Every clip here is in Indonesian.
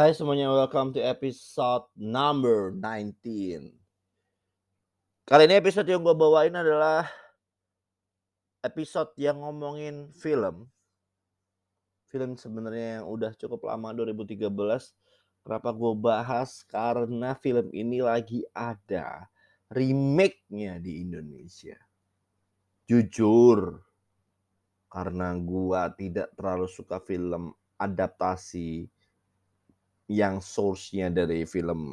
Hai semuanya, welcome to episode number 19. Kali ini episode yang gue bawain adalah episode yang ngomongin film. Film sebenarnya yang udah cukup lama 2013. Kenapa gue bahas? Karena film ini lagi ada remake-nya di Indonesia. Jujur, karena gue tidak terlalu suka film adaptasi yang source-nya dari film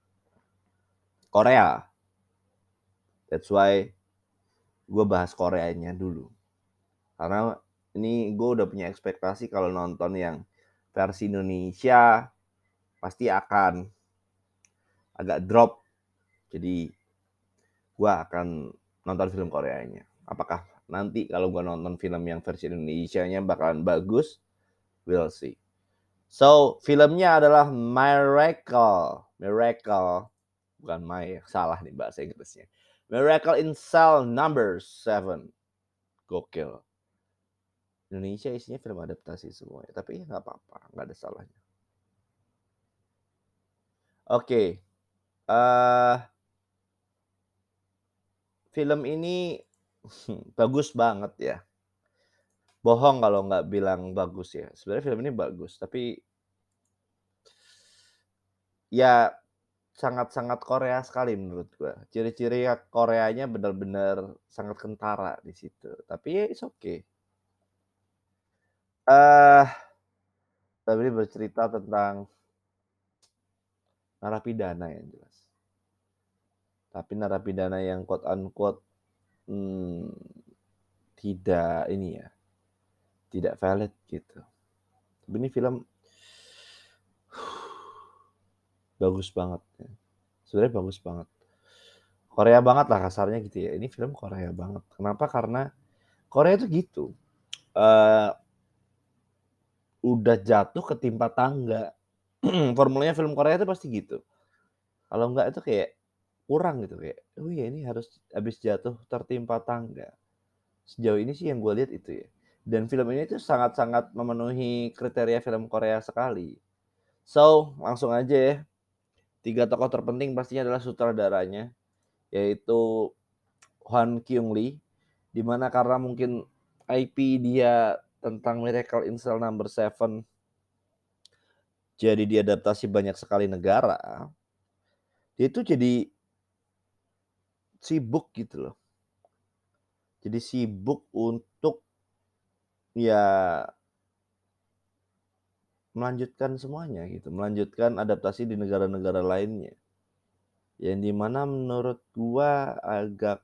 Korea. That's why gue bahas Koreanya dulu. Karena ini gue udah punya ekspektasi kalau nonton yang versi Indonesia pasti akan agak drop. Jadi gue akan nonton film Koreanya. Apakah nanti kalau gue nonton film yang versi Indonesianya bakalan bagus? We'll see. So, filmnya adalah Miracle. Miracle. Bukan My, salah nih bahasa Inggrisnya. Miracle in Cell Number 7. Gokil. Indonesia isinya film adaptasi semua ya, tapi ya nggak apa-apa, nggak ada salahnya. Oke, film ini bagus banget ya. Bohong kalau nggak bilang bagus ya. Sebenarnya film ini bagus, tapi ya sangat-sangat Korea sekali menurut gua. Ciri-ciri Koreanya benar-benar sangat kentara di situ, tapi ya it's okay. Eh, Film ini bercerita tentang narapidana yang jelas. Tapi narapidana yang quote unquote, mmm, tidak ini ya, tidak valid gitu. Tapi ini film bagus banget ya, sebenarnya bagus banget. Korea banget lah kasarnya gitu ya, ini film Korea banget. Kenapa? Karena Korea itu gitu, eee, udah jatuh ketimpa tangga. Formulanya film Korea itu pasti gitu. Kalau enggak itu kayak kurang gitu, kayak, "Oh ya ini harus habis jatuh tertimpa tangga." Sejauh ini sih yang gue lihat itu ya. Dan film ini tuh sangat-sangat memenuhi kriteria film Korea sekali. So, langsung aja ya. 3 tokoh terpenting pastinya adalah sutradaranya, yaitu Hwan Kyung-lee, di mana karena mungkin IP dia tentang Miracle in Cell Number 7 jadi diadaptasi banyak sekali negara, dia itu jadi sibuk gitu loh. Jadi sibuk untuk ya melanjutkan semuanya gitu, melanjutkan adaptasi di negara-negara lainnya. Yang di mana menurut gua agak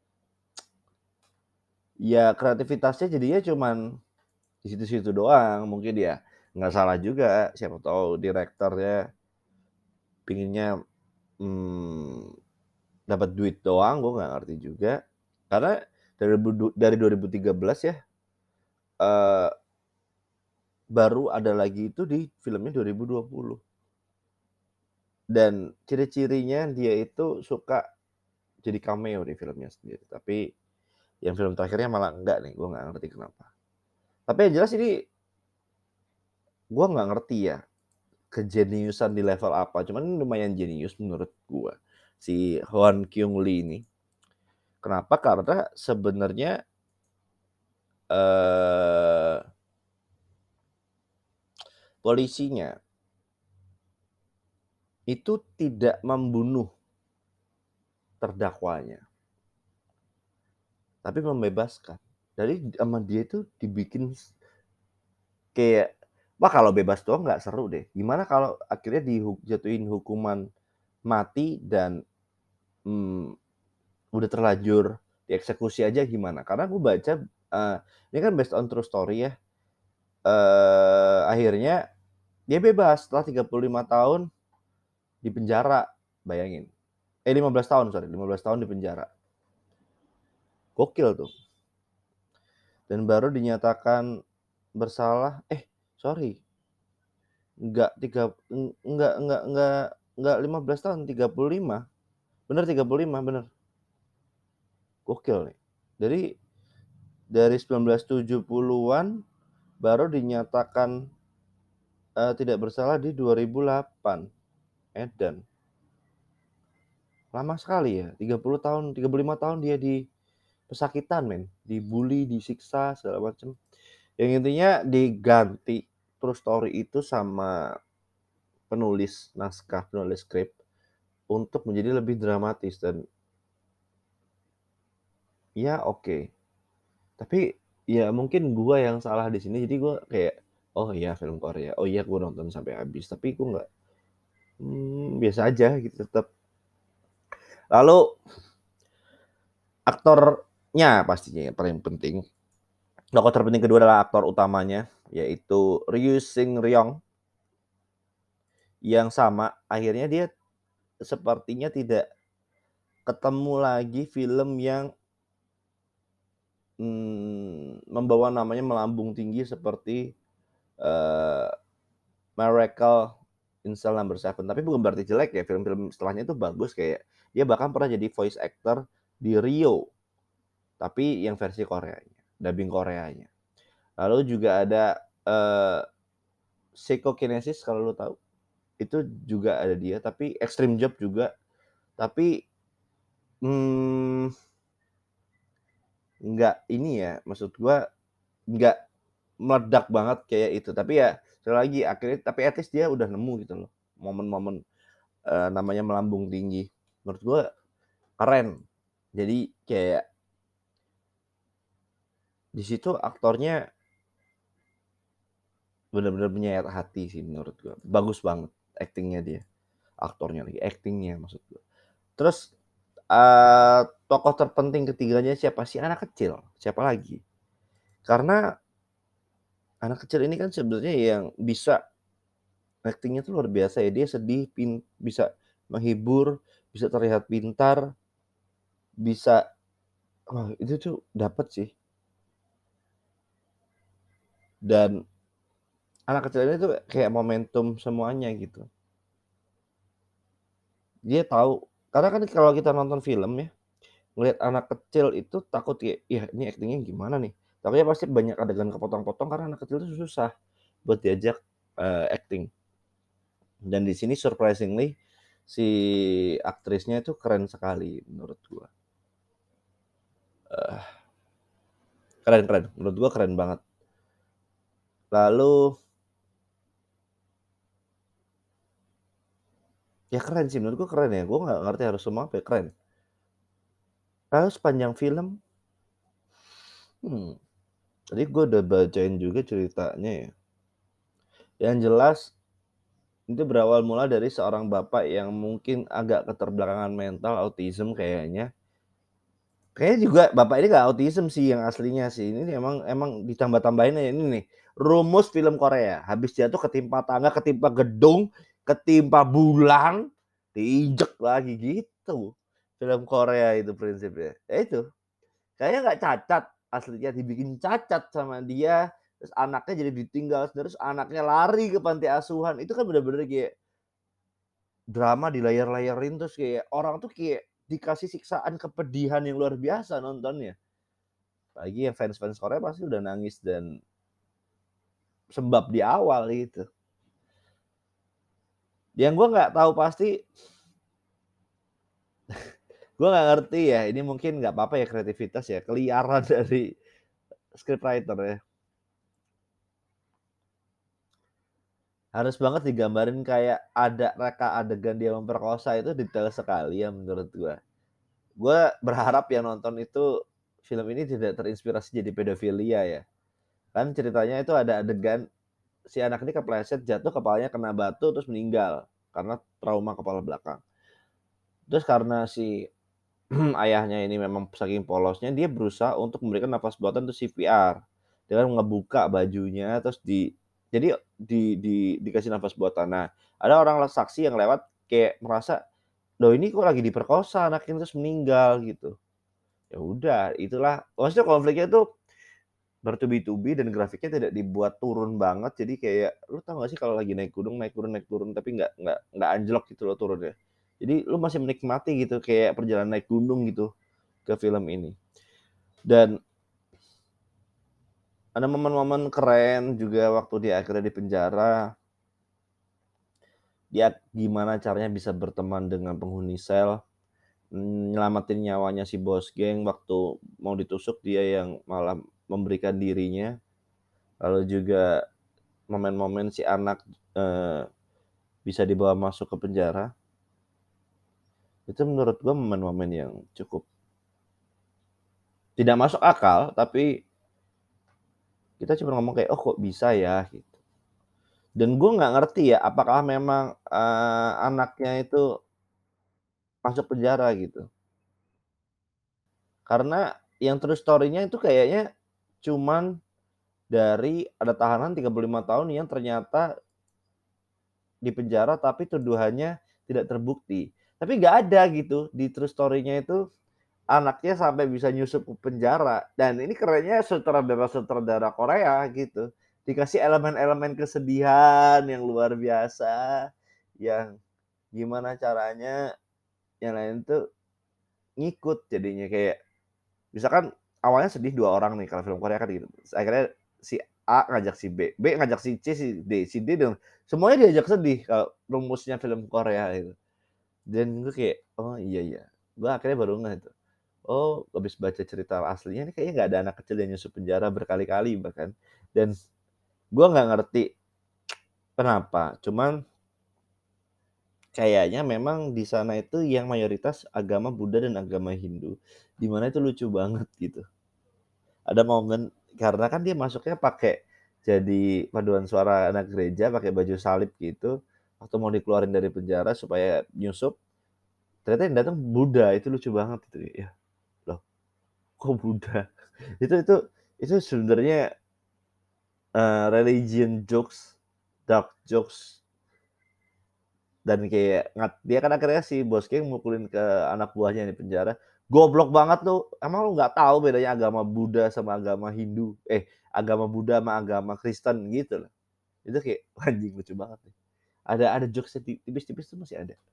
ya kreativitasnya jadinya cuman di situ-situ doang, mungkin ya nggak salah juga, siapa tahu direkturnya pinginnya, mmm, dapat duit doang, gua nggak ngerti juga. Karena dari 2013 ya, eee, baru ada lagi itu di filmnya 2020. Dan ciri-cirinya dia itu suka jadi cameo di filmnya sendiri, tapi yang film terakhirnya malah enggak nih, gua nggak ngerti kenapa. Tapi yang jelas ini gua nggak ngerti ya, kejeniusan di level apa, cuman ini lumayan jenius menurut gua, si Hwan Kyung-lee ini. Kenapa? Karena sebenarnya, eee, polisinya itu tidak membunuh terdakwanya, tapi membebaskan. Jadi sama dia itu dibikin kayak, wah kalau bebas doang nggak seru deh, gimana kalau akhirnya jatuhin hukuman mati dan, mmm, udah terlanjur dieksekusi aja gimana? Karena aku baca, ini kan based on true story ya, akhirnya dia bebas setelah 35 tahun di penjara, bayangin. 15 tahun, sorry, 15 tahun di penjara. Gokil tuh. Dan baru dinyatakan bersalah, sorry, enggak tiga enggak 15 tahun, 35. Bener 35, bener. Gokil nih. Jadi dari 1970-an baru dinyatakan Tidak Bersalah di 2008, Edan. Lama sekali ya, 30 tahun, 35 tahun dia di pesakitan men, dibully, disiksa, segala macem. Yang intinya diganti true story itu sama penulis naskah, penulis skrip untuk menjadi lebih dramatis dan ya oke. Tapi ya mungkin gua yang salah di sini, jadi gua kayak, "Oh iya film Korea, oh iya gua nonton sampai habis." Tapi gua nggak, biasa aja gitu tetep. Lalu aktornya pastinya yang paling penting. Tokoh terpenting kedua adalah aktor utamanya, yaitu Ryu Seung-ryong yang sama akhirnya dia sepertinya tidak ketemu lagi film yang, membawa namanya melambung tinggi seperti, eee, Miracle in Cell Number 7. Tapi bukan berarti jelek ya, film-film setelahnya itu bagus, kayak dia bahkan pernah jadi voice actor di Rio, tapi yang versi Koreanya, dubbing Koreanya. Lalu juga ada, Psychokinesis kalau lu tahu, itu juga ada dia, tapi Extreme Job juga, tapi, mmm, nggak ini ya, maksud gua nggak meledak banget kayak itu. Tapi ya sekali lagi akhirnya tapi at least dia udah nemu gitu loh, momen-momen, namanya melambung tinggi. Menurut gua keren. Jadi kayak di situ aktornya bener-bener menyayat hati sih menurut gua. Bagus banget aktingnya dia, aktornya lagi, aktingnya maksud gua. Terus, tokoh terpenting ketiganya siapa sih? Anak kecil, siapa lagi? Karena anak kecil ini kan sebenarnya yang bisa aktingnya tuh luar biasa ya, dia sedih, bisa menghibur, bisa terlihat pintar, bisa wah itu tuh dapet sih. Dan anak kecil ini tuh kayak momentum semuanya gitu. Dia tahu karena kan kalau kita nonton film ya, ngelihat anak kecil itu takut kayak, "Yah ini aktingnya gimana nih?" Takutnya pasti banyak adegan kepotong-potong karena anak kecil itu susah buat diajak, akting. Dan di sini surprisingly si aktrisnya itu keren sekali menurut gua. Eee, keren keren, menurut gua keren banget. Lalu ya keren sih menurut gua keren ya, gua nggak ngerti harus ngomong apa ya, keren. Lalu sepanjang film, hmm, tadi gua udah bacain juga ceritanya ya. Yang jelas itu berawal mula dari seorang bapak yang mungkin agak keterbelakangan mental, autism kayaknya. Kayaknya juga bapak ini nggak autism sih yang aslinya sih, ini emang emang ditambah-tambahin aja ini nih, rumus film Korea, habis jatuh ketimpa tangga, ketimpa gedung, ketimpa bulan, diinjek lagi gitu. Film Korea itu prinsipnya. Ya itu, kayaknya nggak cacat, aslinya dibikin cacat sama dia, terus anaknya jadi ditinggal, terus anaknya lari ke panti asuhan, itu kan bener-bener kayak drama dilayer-layerin, terus kayak orang tuh kayak dikasih siksaan kepedihan yang luar biasa nontonnya. Apalagi yang fans-fans Korea pasti udah nangis dan sebab di awal gitu. Yang gue nggak tahu pasti, gue nggak ngerti ya, ini mungkin nggak apa-apa ya kreativitas ya, keliaran dari scriptwriter ya. Harus banget digambarin kayak ada reka adegan dia memperkosa itu detail sekali ya menurut gue. Gue berharap yang nonton itu film ini tidak terinspirasi jadi pedofilia ya. Kan ceritanya itu ada adegan si anak ini kepleset, jatuh kepalanya kena batu terus meninggal karena trauma kepala belakang. Terus karena si ayahnya ini memang saking polosnya, dia berusaha untuk memberikan nafas buatan untuk CPR dengan ngebuka bajunya terus jadi dikasih nafas buatan. Nah, ada orang saksi yang lewat kayak merasa, "Loh ini kok lagi diperkosa anaknya terus meninggal," gitu. Ya udah, itulah maksudnya konfliknya tuh bertubi-tubi dan grafiknya tidak dibuat turun banget, jadi kayak lu tau gak sih kalau lagi naik turun, tapi nggak anjlok gitu loh turunnya. Jadi lu masih menikmati gitu kayak perjalanan naik gunung gitu ke film ini. Dan ada momen-momen keren juga waktu dia akhirnya di penjara, dia gimana caranya bisa berteman dengan penghuni sel, nyelamatin nyawanya si bos geng waktu mau ditusuk dia yang malah memberikan dirinya, lalu juga momen-momen si anak, eee, bisa dibawa masuk ke penjara, itu menurut gua momen-momen yang cukup tidak masuk akal, tapi kita cuma ngomong kayak, "Oh kok bisa ya?" Gitu. Dan gua nggak ngerti ya, apakah memang, anaknya itu masuk penjara gitu. Karena yang true story-nya itu kayaknya cuman dari ada tahanan 35 tahun yang ternyata di penjara tapi tuduhannya tidak terbukti. Tapi nggak ada gitu di true story-nya itu anaknya sampai bisa nyusup ke penjara dan ini kerennya sutradara-sutradara Korea gitu. Dikasih elemen-elemen kesedihan yang luar biasa, yang gimana caranya yang lain tuh ngikut jadinya. Kayak misalkan awalnya sedih 2 orang nih kalau film Korea kan gitu. Terus akhirnya si A ngajak si B, B ngajak si C, si D dan semuanya diajak sedih kalau rumusnya film Korea itu. Dan gue kayak, "Oh iya ya." Gue akhirnya baru ngeh itu. Oh, habis baca cerita aslinya nih kayaknya nggak ada anak kecil yang nyusup penjara berkali-kali bahkan. Dan gue nggak ngerti kenapa, cuman kayaknya memang di sana itu yang mayoritas agama Buddha dan agama Hindu, di mana itu lucu banget gitu. Ada momen karena kan dia masuknya pakai jadi paduan suara anak gereja, pakai baju salib gitu, waktu mau dikeluarin dari penjara supaya nyusup, ternyata yang datang Buddha, itu lucu banget itu, ya, loh kok Buddha? Itu itu sebenarnya, religion jokes, dark jokes, dan kayak dia kan akhirnya si bos geng mukulin ke anak buahnya yang di penjara, "Goblok banget lu, emang lu nggak tahu bedanya agama Buddha sama agama Hindu? Agama Buddha sama agama Kristen?" Gitu loh. Itu kayak, anjing lucu banget nih. Ada jokes-nya tipis-tipis tuh masih ada.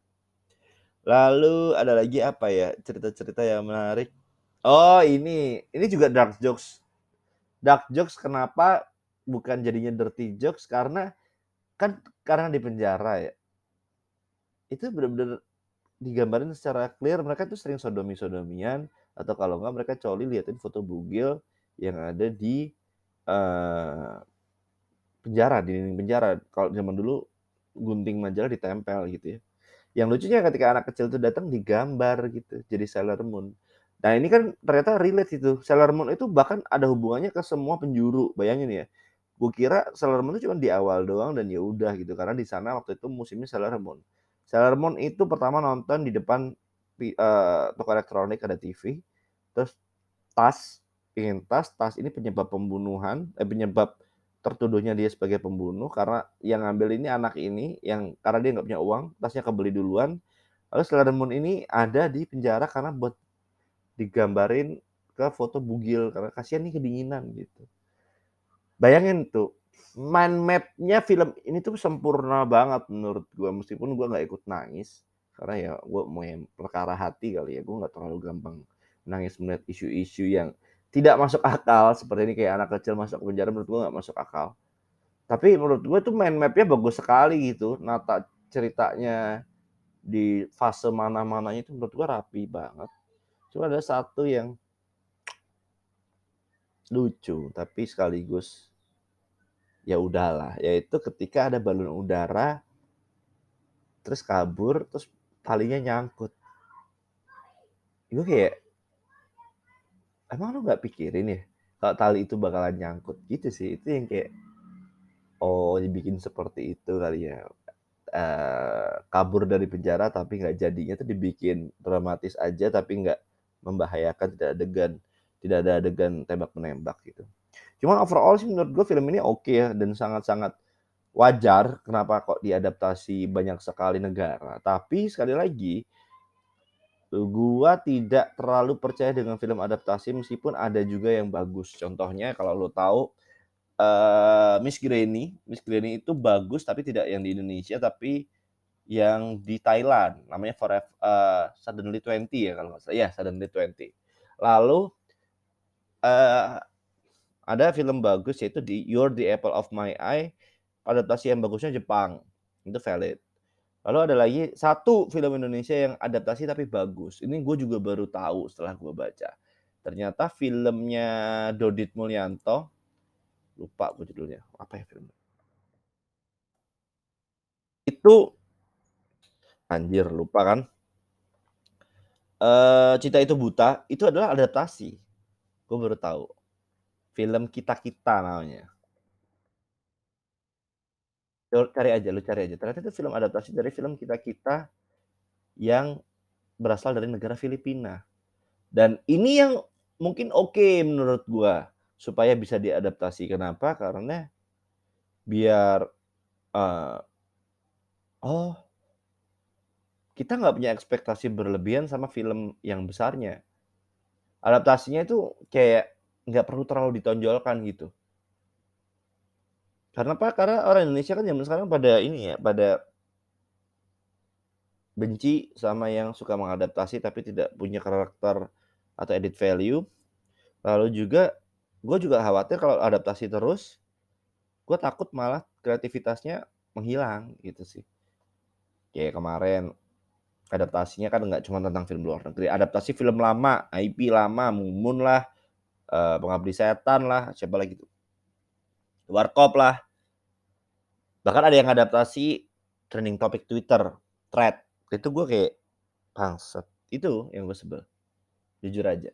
Lalu ada lagi apa ya, cerita-cerita yang menarik. Oh ini juga dark jokes. Dark jokes kenapa bukan jadinya dirty jokes, karena kan karena di penjara ya, itu bener-bener digambarin secara clear mereka tuh sering sodomi-sodomian atau kalau enggak mereka coli liatin foto bugil yang ada di, eee, penjara, di dinding penjara. Kalau zaman dulu gunting majalah ditempel gitu ya. Yang lucunya ketika anak kecil itu datang digambar gitu, jadi Sailor Moon. Nah ini kan ternyata relate itu, Sailor Moon itu bahkan ada hubungannya ke semua penjuru, bayangin ya. Gue kira Sailor Moon itu cuma di awal doang dan ya udah gitu, karena di sana waktu itu musimnya Sailor Moon. Sailor Moon itu pertama nonton di depan toko elektronik ada TV, terus tas, ingin tas ini penyebab pembunuhan, penyebab tertuduhnya dia sebagai pembunuh karena yang ngambil ini anak ini yang karena dia nggak punya uang, tasnya kebeli duluan, lalu Sailor Moon ini ada di penjara karena buat digambarin ke foto bugil karena kasihan nih kedinginan gitu. Bayangin tuh, mind map-nya film ini tuh sempurna banget menurut gua, meskipun gua nggak ikut nangis, karena ya gua mau yang perkara hati kali ya, gua nggak terlalu gampang nangis melihat isu-isu yang tidak masuk akal, seperti ini kayak anak kecil masuk penjara menurut gua nggak masuk akal. Tapi menurut gua tuh mind map-nya bagus sekali gitu, nata ceritanya di fase mana-mananya itu menurut gua rapi banget. Cuma ada satu yang lucu, tapi sekaligus ya udahlah, yaitu ketika ada balon udara, terus kabur, terus talinya nyangkut. Gue kayak, "Emang lu nggak pikirin ya, kalau tali itu bakalan nyangkut?" Gitu sih, itu yang kayak, oh dibikin seperti itu kali ya, kabur dari penjara tapi nggak jadinya tuh dibikin dramatis aja, tapi nggak membahayakan, tidak ada adegan tembak-menembak gitu. Cuman overall sih menurut gue film ini oke ya, dan sangat-sangat wajar kenapa kok diadaptasi banyak sekali negara. Tapi sekali lagi, gua tidak terlalu percaya dengan film adaptasi meskipun ada juga yang bagus. Contohnya kalau lo tahu, Miss Granny itu bagus tapi tidak yang di Indonesia, tapi yang di Thailand, namanya Suddenly 20 ya kalau nggak salah, iya Suddenly 20. Lalu, eee, ada film bagus yaitu You're the Apple of My Eye, adaptasi yang bagusnya Jepang, itu valid. Lalu ada lagi satu film Indonesia yang adaptasi tapi bagus. Ini gue juga baru tahu setelah gue baca. Ternyata filmnya Dodit Mulyanto, lupa gue judulnya, apa ya filmnya? Itu anjir lupa kan. Cinta Itu Buta itu adalah adaptasi. Gue baru tahu. Film Kita-Kita namanya. Lu cari aja. Ternyata itu film adaptasi dari film Kita-Kita yang berasal dari negara Filipina. Dan ini yang mungkin oke menurut gua supaya bisa diadaptasi. Kenapa? Karena biar uh, oh kita nggak punya ekspektasi berlebihan sama film yang besarnya. Adaptasinya itu kayak nggak perlu terlalu ditonjolkan gitu. Karena apa? Karena orang Indonesia kan zaman sekarang pada ini ya, pada benci sama yang suka mengadaptasi tapi tidak punya karakter atau edit value. Lalu juga gue juga khawatir kalau adaptasi terus, gue takut malah kreativitasnya menghilang gitu sih. Kayak kemarin adaptasinya kan nggak cuma tentang film luar negeri, adaptasi film lama, IP lama, Mumun lah, Pengabdi Setan lah, siapa lagi tuh, Warkop lah. Bahkan ada yang adaptasi trending topik Twitter, thread. Itu gue kayak bangsat. Itu yang gue sebel. Jujur aja.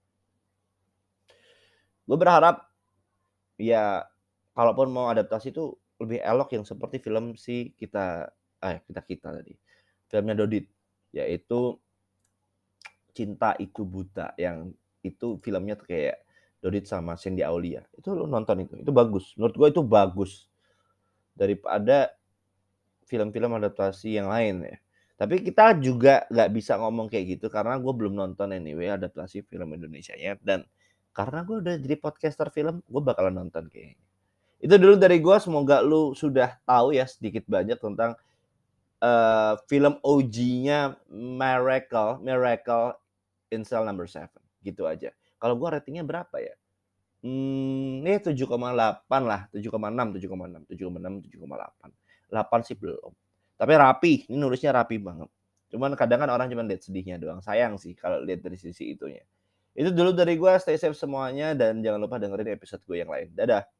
Gue berharap ya kalaupun mau adaptasi itu lebih elok yang seperti film si kita tadi. Filmnya Dodit yaitu Cinta Itu Buta yang itu filmnya tuh kayak Dodit sama Shandy Aulia. Itu lu nonton itu. Itu bagus. Menurut gue itu bagus daripada film-film adaptasi yang lain ya. Tapi kita juga nggak bisa ngomong kayak gitu karena gue belum nonton anyway adaptasi film Indonesianya dan karena gue udah jadi podcaster film, gue bakalan nonton kayaknya. Itu dulu dari gue, semoga lu sudah tahu ya sedikit banyak tentang film OG-nya Miracle in Cell Number 7. Gitu aja. Kalau gue ratingnya berapa ya? Ini 7,8 lah, 7,6, 7,6, 7,6, 7,8. 8 sih belum. Tapi rapi, ini nulisnya rapi banget. Cuman kadang kan orang cuma lihat sedihnya doang. Sayang sih kalau lihat dari sisi itunya. Itu dulu dari gue, stay safe semuanya dan jangan lupa dengerin episode gue yang lain. Dadah.